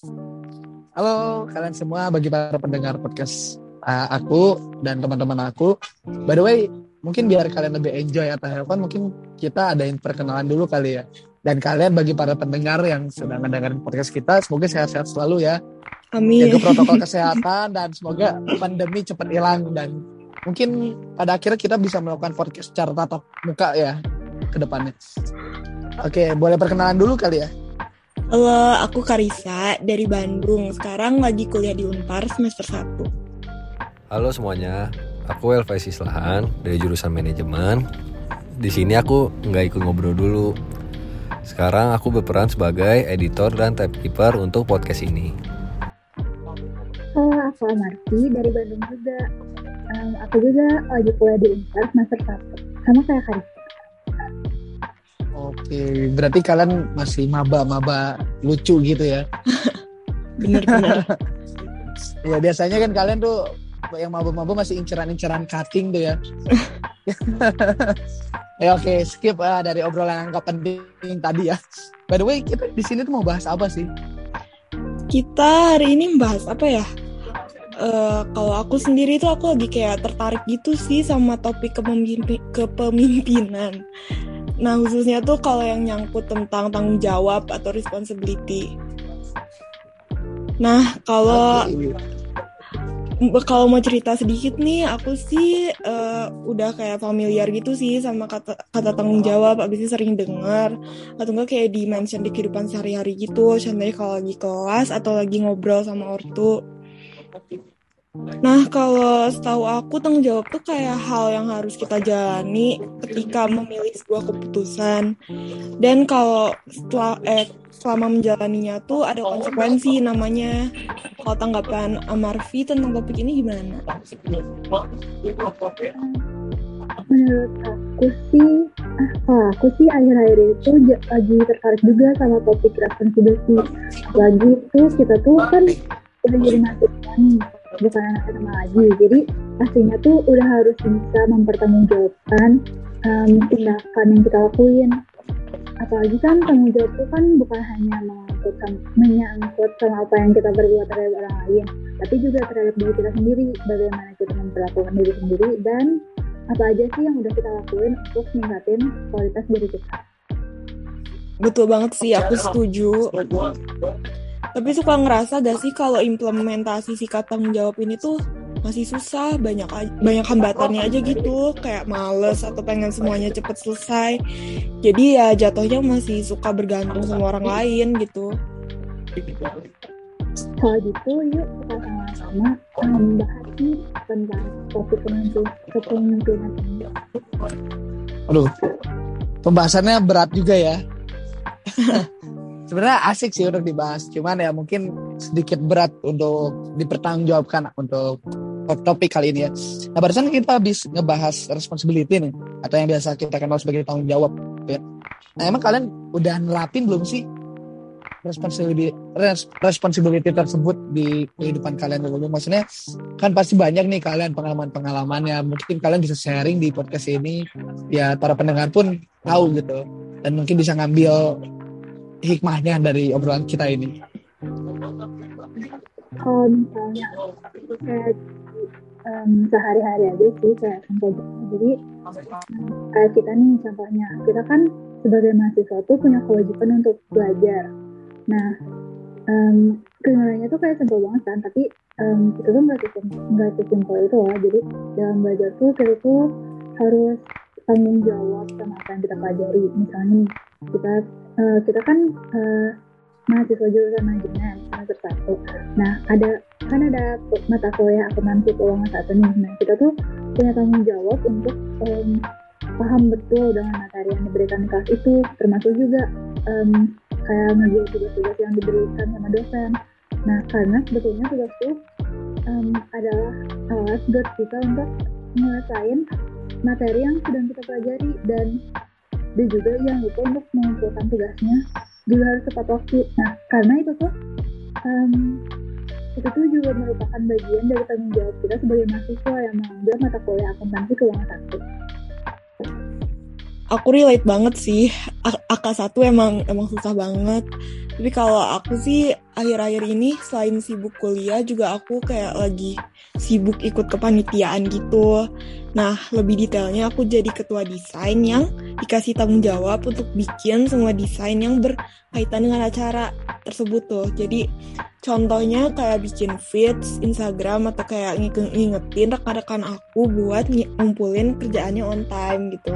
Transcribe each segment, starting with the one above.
Halo kalian semua bagi para pendengar podcast aku dan teman-teman aku. By the way, mungkin biar kalian lebih enjoy atau have fun, mungkin kita adain perkenalan dulu kali ya. Dan kalian bagi para pendengar yang sedang mendengarkan podcast kita, semoga sehat-sehat selalu ya. Jaga Amin. protokol kesehatan dan semoga pandemi cepat hilang dan mungkin pada akhirnya kita bisa melakukan podcast secara tatap muka ya ke depannya. Oke, boleh perkenalan dulu kali ya. Halo, aku Karissa dari Bandung. Sekarang lagi kuliah di Unpar semester 1. Halo semuanya, aku Elvais Islahan dari jurusan manajemen. Di sini aku nggak ikut ngobrol dulu. Sekarang aku berperan sebagai editor dan typekeeper untuk podcast ini. Halo, aku Amarti dari Bandung juga. Aku juga lagi kuliah di Unpar semester 1. Sama kayak Karissa. Oke, berarti kalian masih maba-maba lucu gitu ya. Bener-bener. Ya biasanya kan kalian tuh yang maba-maba masih inceran-inceran cutting tuh ya. Ya oke, skip dari obrolan yang gak penting tadi ya. By the way, kita di sini tuh mau bahas apa sih? Kita hari ini bahas apa ya? Kalau aku sendiri tuh aku lagi kayak tertarik gitu sih sama topik kepemimpinan. Nah, khususnya tuh kalau yang nyangkut tentang tanggung jawab atau responsibility. Nah, kalau mau cerita sedikit nih, aku sih udah kayak familiar gitu sih sama kata tanggung jawab. Abis itu sering dengar atau enggak kayak di-mention di kehidupan sehari-hari gitu. Contohnya kalau lagi kelas atau lagi ngobrol sama ortu. Nah, kalau setahu aku tanggung jawab tuh kayak hal yang harus kita jalani ketika memilih sebuah keputusan. Dan kalau selama menjalaninya tuh ada konsekuensi namanya. Kalau tanggapan Amarvi tentang topik ini gimana? Menurut aku sih akhir-akhir itu lagi tertarik juga sama topik responsibility. Lagi itu kita tuh kan udah jadi mahasiswa nih, bukan anak SMA lagi. Jadi pastinya tuh udah harus bisa mempertanggungjawabkan tindakan yang kita lakuin. Apalagi kan tanggung jawab itu kan bukan hanya menyangkut sama apa yang kita berbuat terhadap orang lain, tapi juga terhadap diri kita sendiri, bagaimana kita memperlakukan diri sendiri dan apa aja sih yang udah kita lakuin untuk meningkatin kualitas diri kita. Betul banget sih, aku setuju. Tapi suka ngerasa gak sih kalau implementasi sikap tanggung jawab ini tuh masih susah, banyak hambatannya aja gitu, kayak males atau pengen semuanya cepet selesai. Jadi ya jatuhnya masih suka bergantung sama orang lain gitu. Kalau gitu yuk kita sama-sama membahas nih tentang topik kepemimpinan ini. Aduh, pembahasannya berat juga ya. Sebenarnya asik sih untuk dibahas, cuman ya mungkin sedikit berat untuk dipertanggungjawabkan untuk topik kali ini ya. Nah, barusan kita habis ngebahas responsibility nih, atau yang biasa kita kenal sebagai tanggung jawab ya. Nah, emang kalian udah nerapin belum sih responsibility tersebut di kehidupan kalian dulu? Maksudnya kan pasti banyak nih kalian pengalaman-pengalamannya, mungkin kalian bisa sharing di podcast ini ya, para pendengar pun tahu gitu dan mungkin bisa ngambil hikmahnya dari obrolan kita ini. Kalau misalnya kayak sehari-hari aja sih kayak contoh. Jadi kayak kita nih contohnya, kita kan sebagai mahasiswa tuh punya kewajiban untuk belajar. Nah, kedengarannya tuh kayak simpel banget kan, tapi itu tuh nggak sesimpel itu loh. Jadi dalam belajar tuh kita tuh harus tanggung jawab sama apa yang kita pelajari. Misalnya nih, kita kan mahasiswa jurusan manajemen semester 1. Nah, ada mata kuliah akuntansi keuangan 1 nih. Nah, kita tuh punya tanggung jawab untuk paham betul dengan materi yang diberikan di kelas itu, termasuk juga kayak ngerjain tugas-tugas yang diberikan sama dosen. Nah, karena sebetulnya tugas itu adalah alat buat kita untuk menyelesaikan materi yang sedang kita pelajari, dan juga jangan lupa untuk mengumpulkan tugasnya juga harus tepat waktu. Nah, karena itu tuh juga merupakan bagian dari tanggung jawab kita sebagai mahasiswa yang mengambil mata kuliah akuntansi keuangan 1. aku relate banget sih. AK1 emang susah banget. Tapi kalau aku sih akhir-akhir ini selain sibuk kuliah juga aku kayak lagi sibuk ikut kepanitiaan gitu. Nah, lebih detailnya aku jadi ketua desain yang dikasih tanggung jawab untuk bikin semua desain yang berkaitan dengan acara tersebut tuh. Jadi contohnya kayak bikin feeds Instagram atau kayak ngingetin rekan-rekan aku buat ngumpulin kerjaannya on time gitu.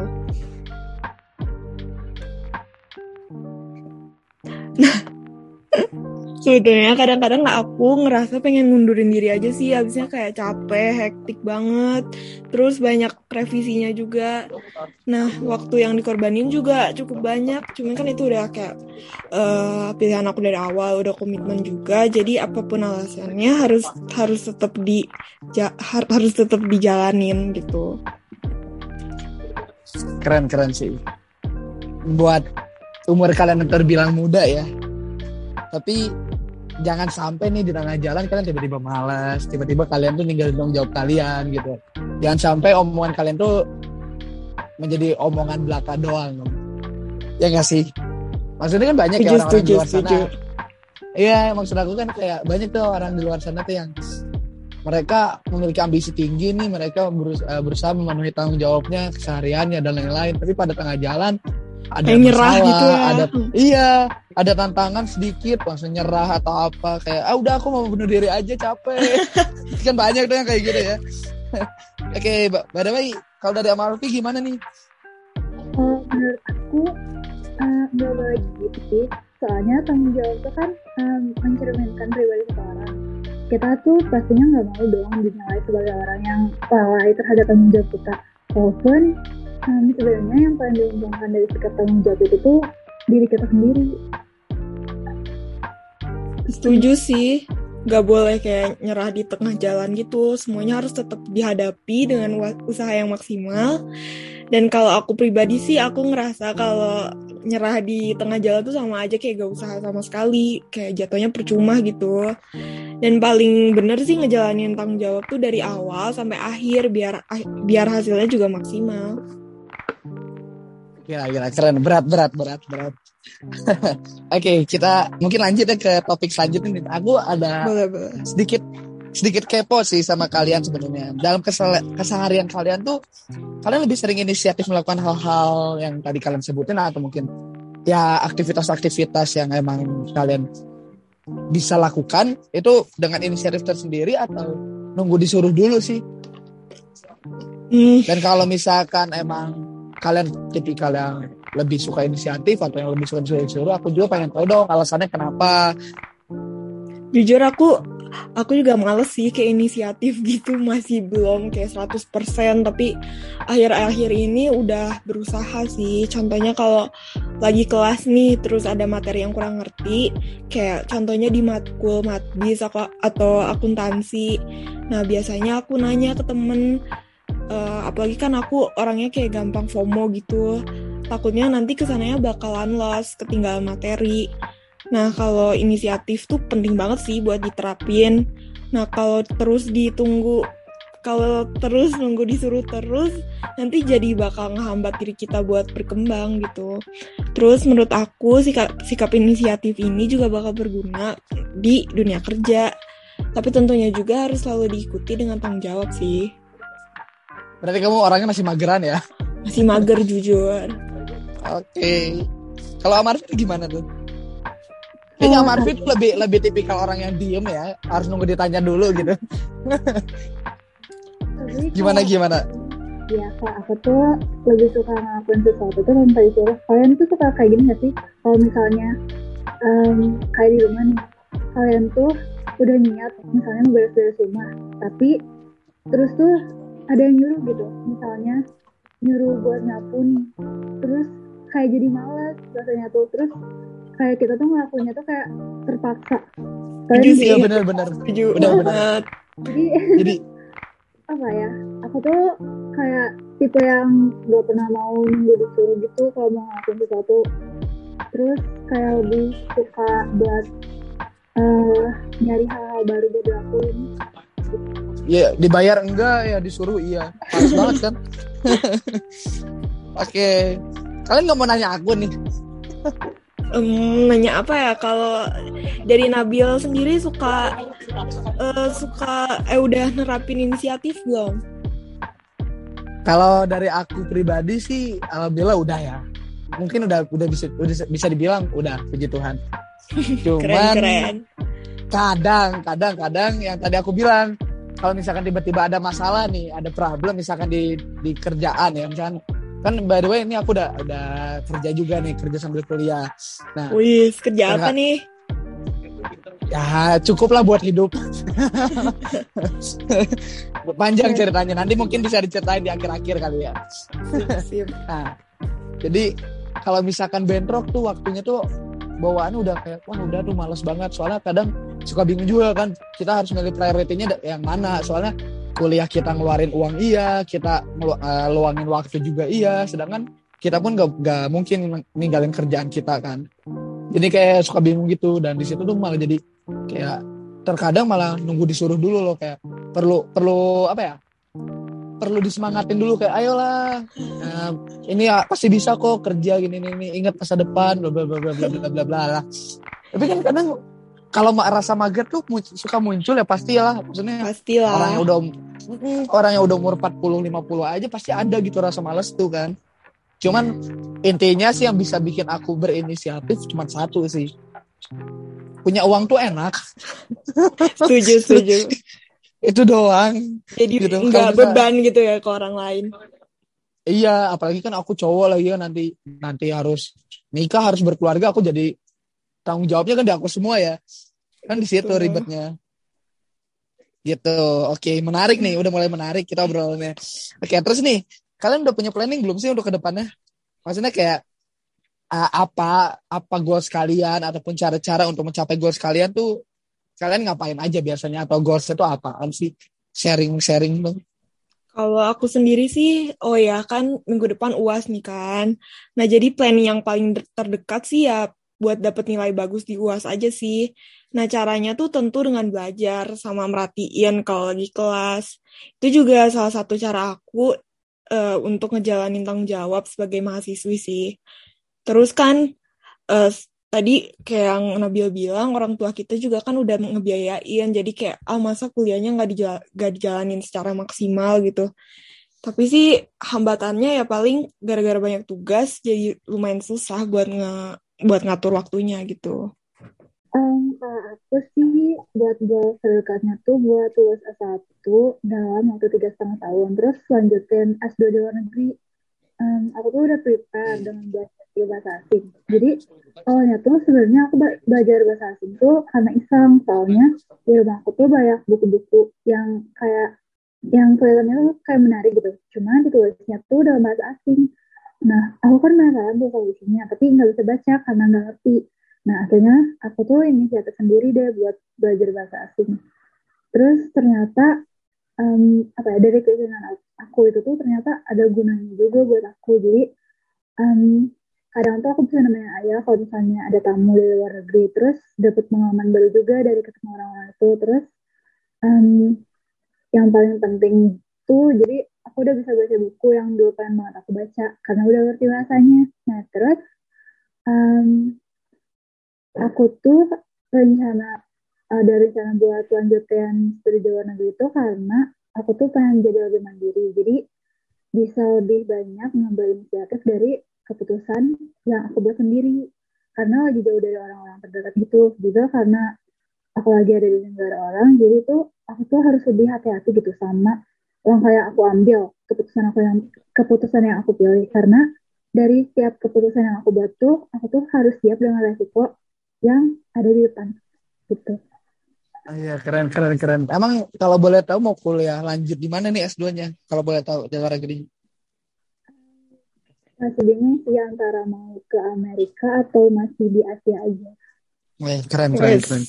Nah, sebetulnya kadang-kadang aku ngerasa pengen ngundurin diri aja sih, abisnya kayak capek, hektik banget, terus banyak revisinya juga. Nah, waktu yang dikorbanin juga cukup banyak, cuman kan itu udah kayak pilihan aku dari awal, udah komitmen juga, jadi apapun alasannya harus tetap dijalanin gitu. Keren sih. Buat umur kalian yang terbilang muda ya, tapi jangan sampai nih di tengah jalan kalian tiba-tiba malas, tiba-tiba kalian tuh ninggalin tanggung jawab kalian gitu. Jangan sampai omongan kalian tuh menjadi omongan belaka doang. Ya nggak sih? Maksudnya kan banyak ya orang-orang di luar sana. Iya, maksud aku kan kayak banyak tuh orang di luar sana tuh yang mereka memiliki ambisi tinggi nih, mereka berusaha memenuhi tanggung jawabnya, kesehariannya dan lain-lain, tapi pada tengah jalan ada nyerah masalah, gitu ya. ada tantangan sedikit langsung nyerah atau apa, kayak udah aku mau bunuh diri aja, capek. Kan banyak tuh yang kayak gitu ya. Oke, by the way, kalau dari Amalfi gimana nih? Menurut aku nggak boleh gitu sih, soalnya tanggung jawab itu kan mencerminkan pribadi seseorang. Kita tuh pastinya nggak mau dong dinilai sebagai orang yang lalai terhadap tanggung jawab kita, walaupun sebenarnya yang paling diuntungkan dari sikap tanggung jawab itu tuh diri kita sendiri. Setuju sih, gak boleh kayak nyerah di tengah jalan gitu. Semuanya harus tetap dihadapi dengan usaha yang maksimal. Dan kalau aku pribadi sih, aku ngerasa kalau nyerah di tengah jalan tuh sama aja kayak gak usaha sama sekali, kayak jatuhnya percuma gitu. Dan paling bener sih ngejalanin tanggung jawab tuh dari awal sampai akhir biar hasilnya juga maksimal. Gila, keren, berat. Oke, kita mungkin lanjut ya ke topik selanjutnya. Aku ada sedikit kepo sih sama kalian sebenarnya. Dalam keseharian kalian tuh, kalian lebih sering inisiatif melakukan hal-hal yang tadi kalian sebutin, atau mungkin ya aktivitas-aktivitas yang emang kalian bisa lakukan itu dengan inisiatif tersendiri atau nunggu disuruh dulu sih? Dan kalau misalkan emang kalian tipikal yang lebih suka inisiatif atau yang lebih suka disuruh, aku juga pengen tahu dong alasannya kenapa. Jujur aku juga males sih kayak inisiatif gitu, masih belum kayak 100%, tapi akhir-akhir ini udah berusaha sih. Contohnya kalau lagi kelas nih terus ada materi yang kurang ngerti, kayak contohnya di matkul matbis atau akuntansi. Nah, biasanya aku nanya ke temen, apalagi kan aku orangnya kayak gampang FOMO gitu, takutnya nanti kesananya bakalan lost, ketinggalan materi. Nah, kalau inisiatif tuh penting banget sih buat diterapin. Nah, kalau terus nunggu disuruh terus, nanti jadi bakal ngehambat diri kita buat berkembang gitu. Terus menurut aku sikap inisiatif ini juga bakal berguna di dunia kerja. Tapi tentunya juga harus selalu diikuti dengan tanggung jawab sih. Berarti kamu orangnya masih mageran ya? Masih mager jujur. Oke. Kalau Amarfi gimana tuh? Kayaknya Amarfi tuh lebih tipikal orang yang diem ya, harus nunggu ditanya dulu gitu. Gimana? Ya, kalau aku tuh lebih suka ngelakuin sesuatu tuh tanpa disuruh. Kalian tuh suka kayak gini gak sih? Kalau misalnya kayak di rumah nih, kalian tuh udah niat misalnya beres-beres rumah, tapi terus tuh ada yang nyuruh gitu, misalnya nyuruh buat nyapu nih, terus kayak jadi malas rasanya tuh, terus kayak kita tuh ngelakuinnya tuh kayak terpaksa. Iya benar. Benar. Jadi apa ya? Aku tuh kayak tipe yang gak pernah mau nunggu disuruh gitu kalau mau ngelakuin sesuatu. Terus kayak lebih suka buat nyari hal-hal baru buat dilakuin. Ya dibayar enggak, ya disuruh iya. Harus banget kan. Oke. Kalian nggak mau nanya aku nih? Nanya apa ya? Kalau dari Nabil sendiri udah nerapin inisiatif belum? Kalau dari aku pribadi sih, alhamdulillah udah ya. Mungkin udah bisa dibilang udah, puji Tuhan. Cuman Keren. kadang yang tadi aku bilang, kalau misalkan tiba-tiba ada masalah nih, ada problem misalkan di kerjaan ya, misalkan kan by the way ini aku udah kerja juga nih, kerja sambil kuliah. Nah, Wih, kerja apa nih? ya cukup lah buat hidup. Panjang ceritanya, nanti mungkin bisa diceritain di akhir-akhir kali ya. Sip. Nah, jadi kalau misalkan bentrok tuh waktunya tuh bawaannya udah kayak wah udah tuh males banget, soalnya kadang suka bingung juga kan, kita harus milih prioritinya yang mana, soalnya kuliah kita ngeluarin uang iya, kita luangin waktu juga iya, sedangkan kita pun gak mungkin ninggalin kerjaan kita kan. Jadi kayak suka bingung gitu, dan di situ tuh malah jadi kayak terkadang malah nunggu disuruh dulu loh, kayak perlu apa ya, perlu disemangatin dulu kayak ayolah, ini ya pasti bisa kok kerja gini, ingat masa depan bla bla bla bla bla bla bla lah. Tapi kan kadang kalau rasa mager tuh suka muncul ya, pastilah, maksudnya Pastilah. orang yang udah umur 40-50 aja pasti ada gitu rasa males tuh kan. Cuman intinya sih yang bisa bikin aku berinisiatif cuma satu sih, punya uang tuh enak. Setuju. Itu doang. Jadi gitu. nggak beban gitu ya ke orang lain. Iya, apalagi kan aku cowok lagi kan, nanti harus nikah, harus berkeluarga, aku jadi tanggung jawabnya kan di aku semua ya. Kan di situ ribetnya. Gitu. Oke, menarik nih, udah mulai menarik kita obrolannya. Oke, terus nih, kalian udah punya planning belum sih untuk ke depannya? Maksudnya kayak apa goals kalian ataupun cara-cara untuk mencapai goals kalian tuh, kalian ngapain aja biasanya, atau goals itu apaan sih? Sharing dong. Kalau aku sendiri sih, oh ya kan minggu depan UAS nih kan. Nah jadi plan yang paling terdekat sih ya buat dapet nilai bagus di UAS aja sih. Nah caranya tuh tentu dengan belajar sama merhatiin kalau lagi kelas. Itu juga salah satu cara aku untuk ngejalanin tanggung jawab sebagai mahasiswi sih. Terus kan tadi kayak yang Nabil bilang, orang tua kita juga kan udah ngebiayain, jadi kayak masa kuliahnya nggak dijalanin secara maksimal gitu. Tapi sih hambatannya ya paling gara-gara banyak tugas, jadi lumayan susah buat ngatur waktunya gitu. Aku sih buat goal terdekatnya tuh buat lulus S1 dalam waktu 3,5 tahun, terus lanjutin S2 di luar negeri. Aku tuh udah prepare dengan belajar bahasa asing. Jadi awalnya tuh sebenarnya aku belajar bahasa asing tuh karena iseng, soalnya di rumah aku tuh banyak buku-buku yang kelihatannya tuh kayak menarik gitu. Cuma ditulisnya tuh dalam bahasa asing. Nah, aku kan penasaran tuh solusinya, tapi nggak bisa baca karena nggak ngerti. Nah, akhirnya aku tuh inisiatif sendiri deh buat belajar bahasa asing. Terus ternyata dari keinginan aku itu tuh ternyata ada gunanya juga buat aku. Jadi kadang tuh aku bisa nemenin ayah kalau misalnya ada tamu dari luar negeri, terus dapat pengalaman baru juga dari ketemu orang-orang itu. Terus yang paling penting tuh, jadi aku udah bisa baca buku yang dulu pengen banget aku baca karena udah ngerti bahasanya. Nah terus aku tuh ada rencana buat lanjutin studi di luar negeri itu karena aku tuh pengen jadi lebih mandiri, jadi bisa lebih banyak mengambil inisiatif dari keputusan yang aku buat sendiri, karena lagi jauh dari orang-orang terdekat gitu. Juga karena aku lagi ada di negara orang, jadi tuh aku tuh harus lebih hati-hati gitu sama langkah yang aku ambil, keputusan yang aku pilih, karena dari setiap keputusan yang aku buat tuh aku tuh harus siap dengan resiko yang ada di depan gitu. Iya, keren. Emang kalau boleh tahu mau kuliah lanjut di mana nih S2-nya? Kalau boleh tahu di luar negeri. Masih bingung sih antara mau ke Amerika atau masih di Asia aja. Keren.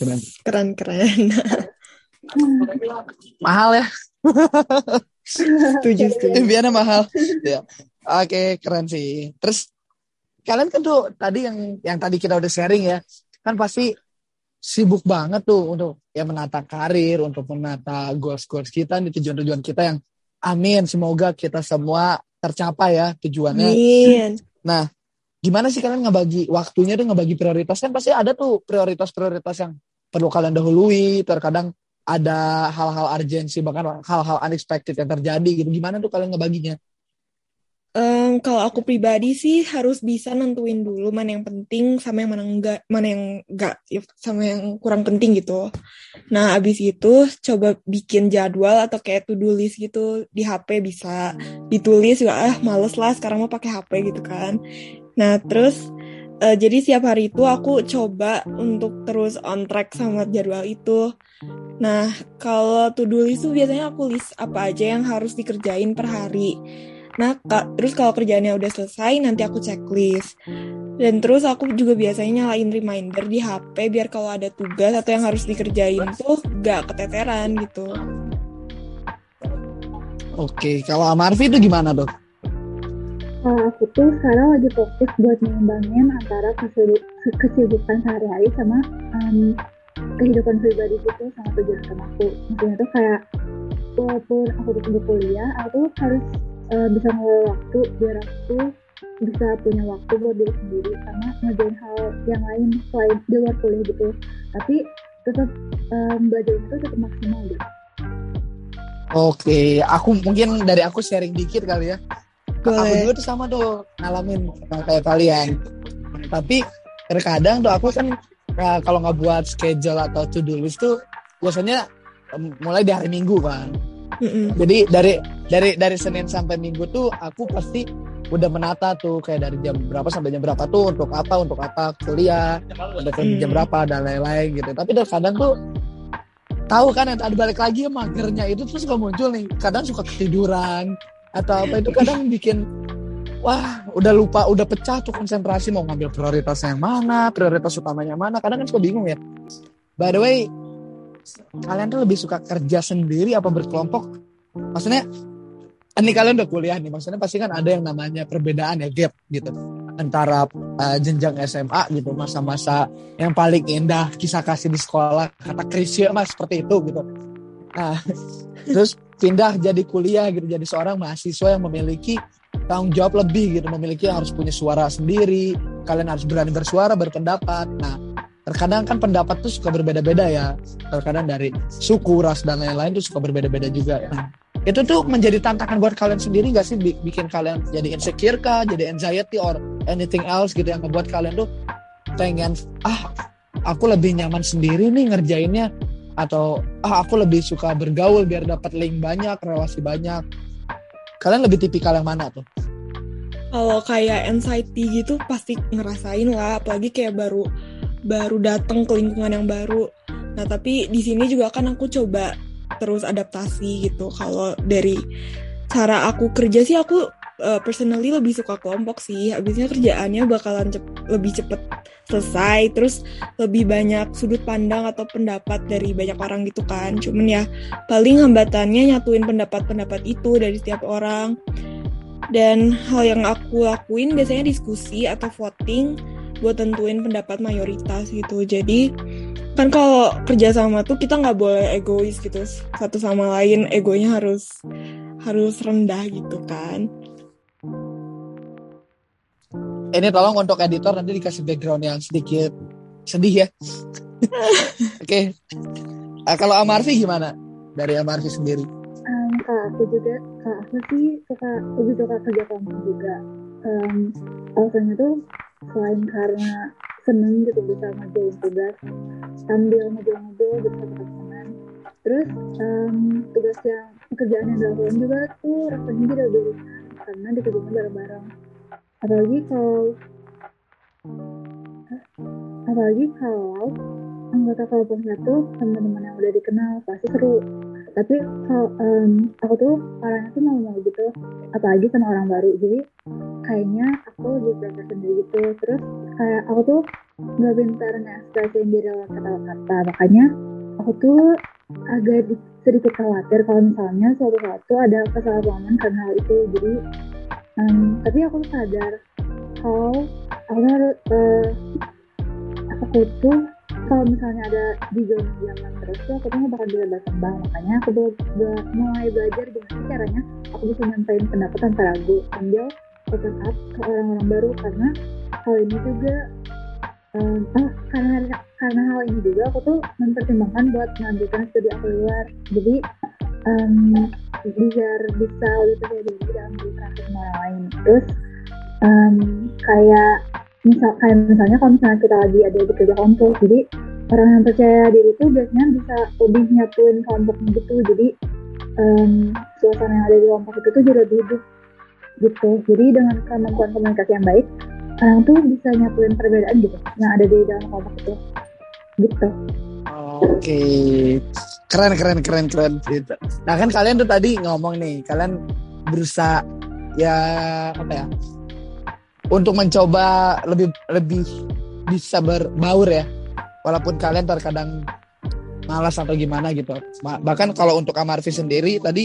Mahal ya? Setuju. Impiannya mahal. Ya. Oke, keren sih. Terus kalian kan tuh tadi yang tadi kita udah sharing ya, kan pasti sibuk banget tuh untuk ya menata karir, untuk menata goals kita, tujuan-tujuan kita yang amin, semoga kita semua tercapai ya tujuannya. Amin. Nah, gimana sih kalian ngebagi waktunya tuh, ngebagi prioritas? Kan pasti ada tuh prioritas-prioritas yang perlu kalian dahului, terkadang ada hal-hal urgensi, bahkan hal-hal unexpected yang terjadi gitu. Gimana tuh kalian ngebaginya? Kalau aku pribadi sih harus bisa nentuin dulu mana yang penting sama yang mana yang enggak, sama yang kurang penting gitu. Nah, abis itu coba bikin jadwal atau kayak to-do list gitu di HP, bisa ditulis juga. Males lah sekarang mau pakai HP gitu kan. Nah, terus jadi setiap hari itu aku coba untuk terus on track sama jadwal itu. Nah, kalau to-do list tuh biasanya aku list apa aja yang harus dikerjain per hari. Nah, terus kalau kerjaannya udah selesai, nanti aku checklist. Dan terus aku juga biasanya nyalain reminder di HP biar kalau ada tugas atau yang harus dikerjain tuh gak keteteran gitu. Oke, kalau Amarfi itu gimana tuh? Aku tuh sekarang lagi fokus buat nyimbangin antara kesibukan sehari-hari sama kehidupan pribadi gitu, sama tujuan aku. Maksudnya tuh kayak walaupun aku tuh kuliah, aku tuh harus bisa ngelola waktu biar aku bisa punya waktu buat diri sendiri sama ngerjain hal yang lain selain di luar kuliah gitu. Tapi tetap belajar itu tetap maksimal gitu. Oke, aku mungkin dari aku sharing dikit kali ya. Aku Boleh. juga tuh sama tuh ngalamin kayak kalian. Tapi terkadang tuh aku kan kalau nggak buat schedule atau to-do list tuh biasanya mulai di hari Minggu kan. Jadi dari Senin sampai Minggu tuh aku pasti udah menata tuh kayak dari jam berapa sampai jam berapa tuh untuk apa kuliah, udah jam berapa dan lain-lain gitu. Tapi terkadang tuh tahu kan yang tadi balik lagi magernya itu terus suka muncul nih. Kadang suka ketiduran atau apa itu kadang bikin wah udah lupa, udah pecah tuh konsentrasi mau ngambil prioritas yang mana, prioritas utamanya mana. Kadang kan suka bingung ya. By the way, kalian tuh lebih suka kerja sendiri apa berkelompok? Maksudnya ini kalian udah kuliah nih, maksudnya pasti kan ada yang namanya perbedaan ya, gap gitu antara jenjang SMA gitu, masa-masa yang paling indah kisah kasih di sekolah, kata Krisya mas seperti itu gitu. Nah terus pindah jadi kuliah gitu, jadi seorang mahasiswa yang memiliki tanggung jawab lebih gitu, memiliki harus punya suara sendiri, kalian harus berani bersuara, berpendapat. Nah terkadang kan pendapat tuh suka berbeda-beda ya, terkadang dari suku, ras dan lain-lain tuh suka berbeda-beda juga. Nah itu tuh menjadi tantangan buat kalian sendiri gak sih, bikin kalian jadi insecure kah, jadi anxiety or anything else gitu yang membuat kalian tuh pengen aku lebih nyaman sendiri nih ngerjainnya, atau aku lebih suka bergaul biar dapat link banyak, relasi banyak. Kalian lebih tipikal yang mana tuh? Kalau kayak anxiety gitu pasti ngerasain lah, apalagi kayak baru datang ke lingkungan yang baru. Nah tapi di sini juga kan aku coba terus adaptasi gitu. Kalau dari cara aku kerja sih aku personally lebih suka kelompok sih. Habisnya kerjaannya bakalan lebih cepet selesai, terus lebih banyak sudut pandang atau pendapat dari banyak orang gitu kan. Cuman ya paling hambatannya nyatuin pendapat-pendapat itu dari setiap orang. Dan hal yang aku lakuin biasanya diskusi atau voting buat tentuin pendapat mayoritas gitu. Jadi kan kalau kerja sama tuh kita nggak boleh egois gitu, satu sama lain egonya harus rendah gitu kan. Ini tolong untuk editor nanti dikasih background yang sedikit sedih ya. Oke. Kalau Amarfi gimana? Dari Amarfi sendiri? Kalau aku sih lebih suka kerja kelompok juga. Alasannya tuh selain karena seneng gitu bisa ngerjain tugas sambil ngobrol-ngobrol gitu sama teman. Terus tugas yang pekerjaan yang dilakukan juga tuh rasanya jadi lebih ringan karena dikerjain bareng-bareng. Apalagi kalau anggota kelompok satu teman-teman yang udah dikenal pasti seru. Tapi kalau aku tuh orangnya tuh mau gitu, apalagi sama orang baru. Jadi kayaknya aku lebih belajar sendiri gitu. Terus kayak aku tuh gak pintar nge-expressin diri lewat kata-kata. Makanya aku tuh agak sedikit khawatir kalau misalnya suatu saat tuh ada kesalahpahaman karena hal itu. Jadi tapi aku sadar kalau aku tuh kalau misalnya ada di zona nyaman terus tuh aku tuh gak bakal bisa berkembang. Makanya aku mulai belajar gimana caranya aku bisa nyampein pendapat tanpa ragu sambil open up ke orang-orang baru, karena hal ini juga karena hal ini juga aku tuh mempertimbangkan buat melanjutkan studi aku luar. Jadi biar bisa lebih percaya diri dalam berinteraksi sama orang lain. Terus kayak misalnya kalau misalnya kita lagi ada di kerja kelompok, jadi orang yang percaya diri itu biasanya bisa lebih nyatuin kelompoknya gitu. Jadi suasana yang ada di kelompok itu tuh jadi lebih hidup gitu. Jadi dengan kemampuan komunikasi yang baik, orang tuh bisa nyatuin perbedaan gitu yang ada di dalam kelompok itu gitu. Oke, keren gitu. Nah kan kalian tuh tadi ngomong nih, kalian berusaha ya apa ya, untuk mencoba lebih bisa berbaur ya, walaupun kalian terkadang malas atau gimana gitu. Bahkan kalau untuk Amarfi sendiri tadi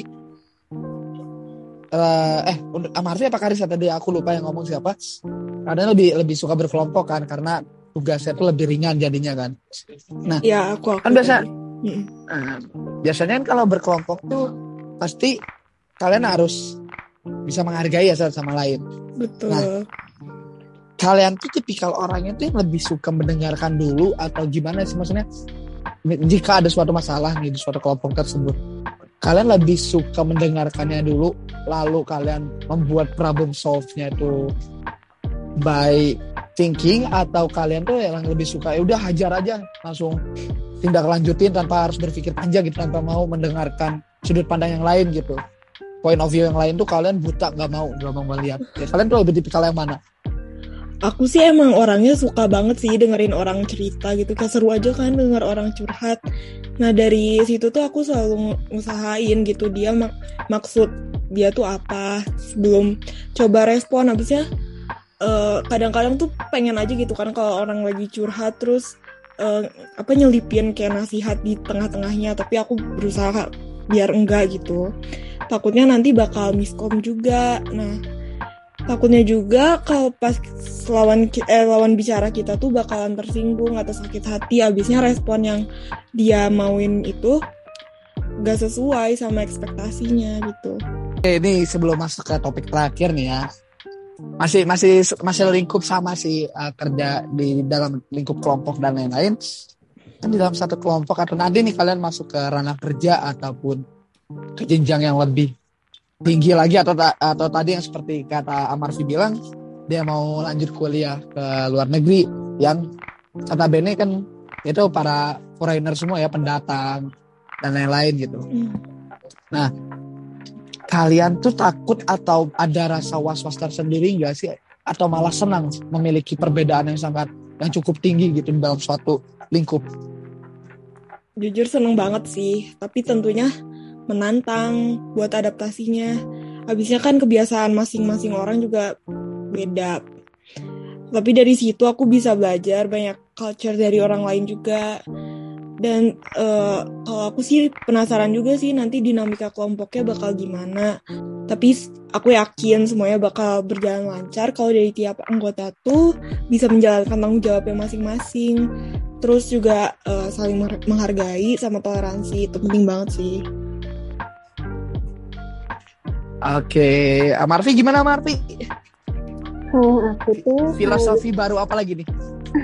untuk Amarfi apa Karisa tadi aku lupa yang ngomong siapa, kadang lebih suka berkelompok kan karena tugasnya tuh lebih ringan jadinya kan. Nah Ya aku kan biasanya kan kalau berkelompok tuh pasti kalian harus bisa menghargai ya satu sama lain. Betul. Nah, kalian tuh tipikal orangnya tuh yang lebih suka mendengarkan dulu atau gimana sih, maksudnya jika ada suatu masalah nih di suatu kelompok tersebut, kalian lebih suka mendengarkannya dulu lalu kalian membuat problem solve-nya itu by thinking, atau kalian tuh yang lebih suka ya udah hajar aja langsung tindak lanjutin tanpa harus berpikir panjang gitu, tanpa mau mendengarkan sudut pandang yang lain gitu, point of view yang lain tuh kalian buta, nggak mau melihat ya, kalian tuh lebih tipikal yang mana? Aku sih emang orangnya suka banget sih dengerin orang cerita gitu, kayak seru aja kan denger orang curhat. Nah dari situ tuh aku selalu usahain gitu dia maksud dia tuh apa sebelum coba respon. Habisnya kadang-kadang tuh pengen aja gitu kan kalau orang lagi curhat terus nyelipin kayak nasihat di tengah-tengahnya, tapi aku berusaha biar enggak gitu, takutnya nanti bakal miskom juga. Nah takutnya juga kalau pas lawan bicara kita tuh bakalan tersinggung atau sakit hati, abisnya respon yang dia mauin itu gak sesuai sama ekspektasinya gitu. Ini sebelum masuk ke topik terakhir nih ya, masih lingkup sama sih, kerja di dalam lingkup kelompok dan lain-lain. Kan di dalam satu kelompok atau nanti nih kalian masuk ke ranah kerja ataupun ke jenjang yang lebih tinggi lagi, atau tadi yang seperti kata Amarfi bilang dia mau lanjut kuliah ke luar negeri yang kata Bene kan itu para foreigner semua ya, pendatang dan lain-lain gitu. Nah kalian tuh takut atau ada rasa was-was tersendiri nggak sih, atau malah senang memiliki perbedaan yang cukup tinggi gitu dalam suatu lingkup? Jujur seneng banget sih, tapi tentunya menantang buat adaptasinya. Habisnya kan kebiasaan masing-masing orang juga beda. Tapi dari situ aku bisa belajar banyak culture dari orang lain juga. Dan kalau aku sih penasaran juga sih nanti dinamika kelompoknya bakal gimana. Tapi aku yakin semuanya bakal berjalan lancar kalau dari tiap anggota tuh bisa menjalankan tanggung jawabnya masing-masing. Terus juga saling menghargai sama toleransi, itu penting banget sih. Oke, Amarfi gimana Amarfi? Kalau aku tuh filosofi baru apa lagi nih?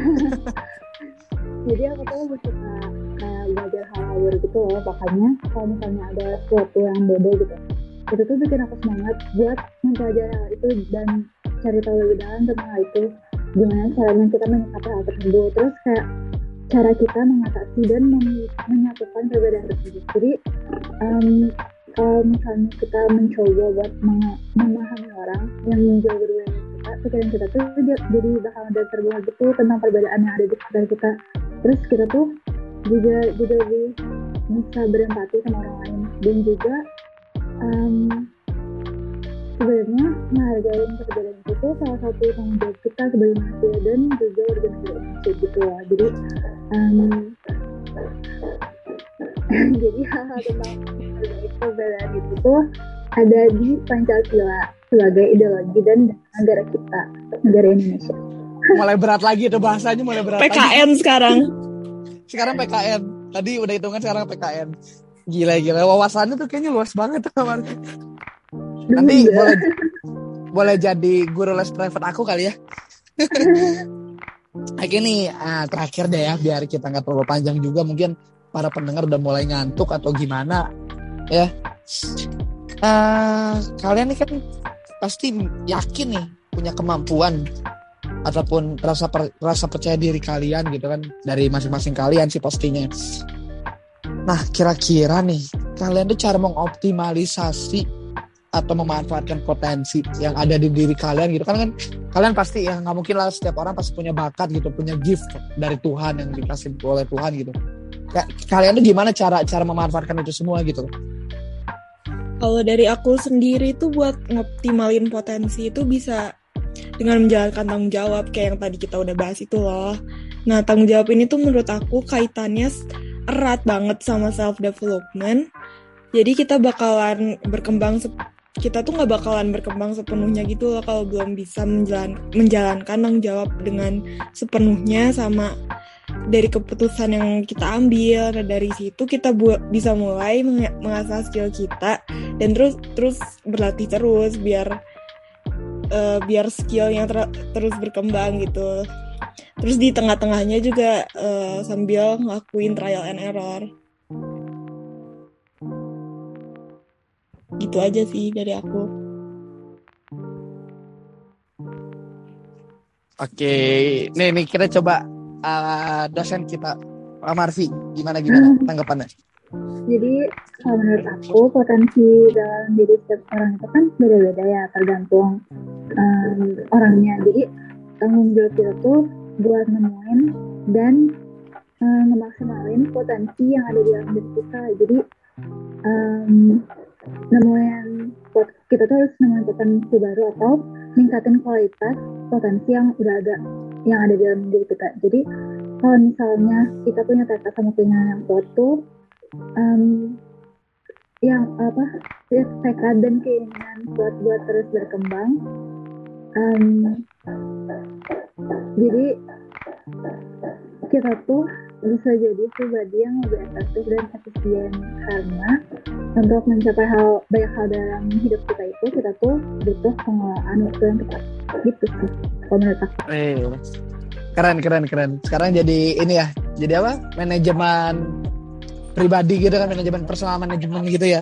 Jadi aku tuh suka kayak belajar hal baru gitu loh. Makanya kalau misalnya ada sesuatu yang beda gitu, itu tuh bikin aku semangat buat mempelajari hal itu dan cari tahu lebih dalam tentang hal itu. Gimana caranya kita menyikapi hal tersebut, terus kayak cara kita mengatasi dan menyatukan perbedaan tersebut. Jadi kalau misalnya kita mencoba buat memahami orang yang jauh berbeda dari kita, pikiran kita tuh jadi bakal ada terbuka gitu tentang perbedaan yang ada di sekitar kita. Terus kita tuh juga lebih bisa berempati sama orang lain, dan juga sebenarnya menghargai perbedaan itu salah satu tanggung jawab kita sebagai manusia dan juga warga negara Indonesia gitu ya. Jadi hal-hal tentang perbedaan itu tuh ada di Pancasila sebagai ideologi dan negara kita, negara Indonesia. Mulai berat lagi tuh bahasanya, mulai berat PKN lagi. Sekarang PKN. Tadi udah hitungan, sekarang PKN. Gila. Wawasannya tuh kayaknya luas banget teman. Nanti boleh jadi guru les private aku kali ya. Oke nih, terakhir deh ya, biar kita nggak terlalu panjang juga, mungkin para pendengar udah mulai ngantuk atau gimana ya. Kalian nih kan pasti yakin nih punya kemampuan ataupun rasa percaya diri kalian gitu kan, dari masing-masing kalian sih pastinya. Nah, kira-kira nih kalian tuh cara mengoptimalisasi atau memanfaatkan potensi yang ada di diri kalian gitu kan kalian pasti ya, nggak mungkin lah, setiap orang pasti punya bakat gitu, punya gift dari Tuhan yang dikasih oleh Tuhan gitu. Kalian tuh gimana cara memanfaatkan itu semua gitu? Kalau dari aku sendiri tuh buat ngoptimalin potensi itu bisa dengan menjalankan tanggung jawab kayak yang tadi kita udah bahas itu loh. Nah, tanggung jawab ini tuh menurut aku kaitannya erat banget sama self development. Jadi kita bakalan berkembang, kita tuh nggak bakalan berkembang sepenuhnya gitu loh kalau belum bisa menjalankan tanggung jawab dengan sepenuhnya sama dari keputusan yang kita ambil. Nah, dari situ kita bisa mulai mengasah skill kita dan terus berlatih terus biar skillnya terus berkembang gitu. Terus di tengah-tengahnya juga sambil ngelakuin trial and error. Gitu aja sih dari aku. Oke, nih kita coba dosen kita, Pak Marfi, gimana tanggapannya? Jadi kalau menurut aku potensi dalam diri setiap orang itu kan beda-beda ya, tergantung orangnya. Jadi tanggung jawab kita tuh buat nemuin dan ngemaksimalin potensi yang ada di dalam diri kita. Jadi kita tuh harus nemuin potensi baru atau ningkatin kualitas potensi yang udah ada, yang ada di dalam diri kita. Jadi kalau misalnya kita punya tekad sama keinginan yang kuat tuh, tekad dan keinginan buat terus berkembang. Jadi kita tuh bisa jadi pribadi yang lebih efektif dan efisien, karena untuk mencapai banyak hal dalam hidup kita itu kita tuh butuh pengelolaan waktu yang tepat gitu sih kalau menurut aku. Keren. Sekarang jadi ini ya, jadi apa? Manajemen pribadi gitu kan, manajemen personal manajemen gitu ya.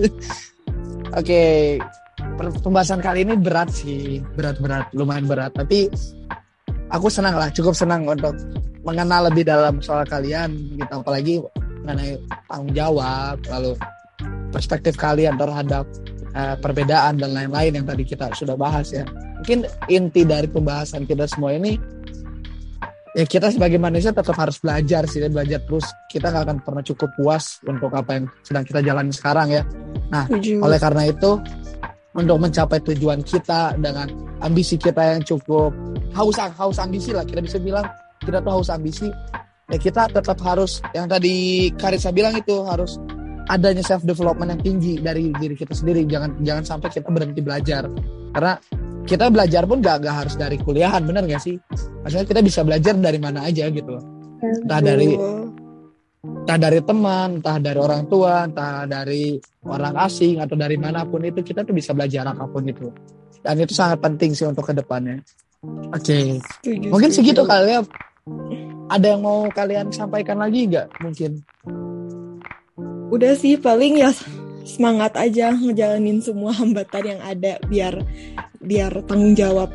Oke, pembahasan kali ini berat sih, lumayan berat, tapi aku cukup senang untuk mengenal lebih dalam soal kalian gitu, apalagi mengenai tanggung jawab, lalu perspektif kalian terhadap perbedaan dan lain-lain yang tadi kita sudah bahas ya. Mungkin inti dari pembahasan kita semua ini ya, kita sebagai manusia tetap harus belajar terus. Kita gak akan pernah cukup puas untuk apa yang sedang kita jalani sekarang ya. Nah, oleh karena itu untuk mencapai tujuan kita dengan ambisi kita yang cukup haus ambisi lah, kita bisa bilang kita tuh haus ambisi ya, kita tetap harus yang tadi Karissa bilang itu, harus adanya self development yang tinggi dari diri kita sendiri. Jangan sampai kita berhenti belajar, karena kita belajar pun gak harus dari kuliahan, benar gak sih? Maksudnya kita bisa belajar dari mana aja gitu loh. Entah dari teman, entah dari orang tua, entah dari orang asing, atau dari manapun itu, kita tuh bisa belajar apapun itu. Dan itu sangat penting sih untuk kedepannya. Oke. Mungkin segitu kali ya. Ada yang mau kalian sampaikan lagi gak mungkin? Udah sih, paling ya semangat aja ngejalanin semua hambatan yang ada biar tanggung jawab.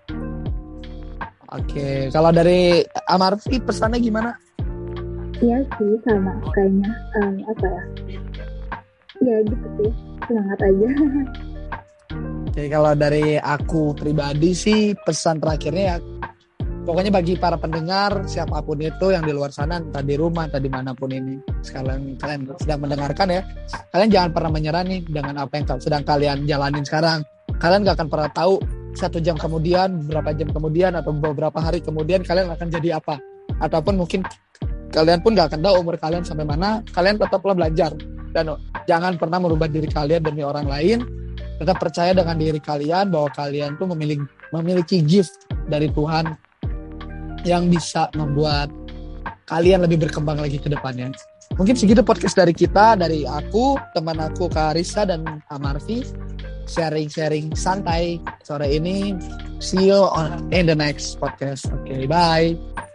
Oke, kalau dari Amarfi pesannya gimana? Iya sih, sama kayaknya ya gitu sih, semangat aja. Oke, kalau dari aku pribadi sih pesan terakhirnya ya, pokoknya bagi para pendengar siapapun itu yang di luar sana, entah di rumah, entah dimanapun ini sekarang kalian sedang mendengarkan ya, kalian jangan pernah menyerah nih dengan apa yang sedang kalian jalanin sekarang. Kalian gak akan pernah tahu 1 jam kemudian, beberapa jam kemudian, atau beberapa hari kemudian kalian akan jadi apa, ataupun mungkin kalian pun gak akan tahu umur kalian sampai mana. Kalian tetaplah belajar dan jangan pernah merubah diri kalian demi orang lain. Tetap percaya dengan diri kalian bahwa kalian tuh memiliki gift dari Tuhan yang bisa membuat kalian lebih berkembang lagi ke depannya. Mungkin segitu podcast dari kita, dari aku, teman aku Karissa dan Amarfi. sharing santai sore ini. See you in the next podcast. Oke, bye.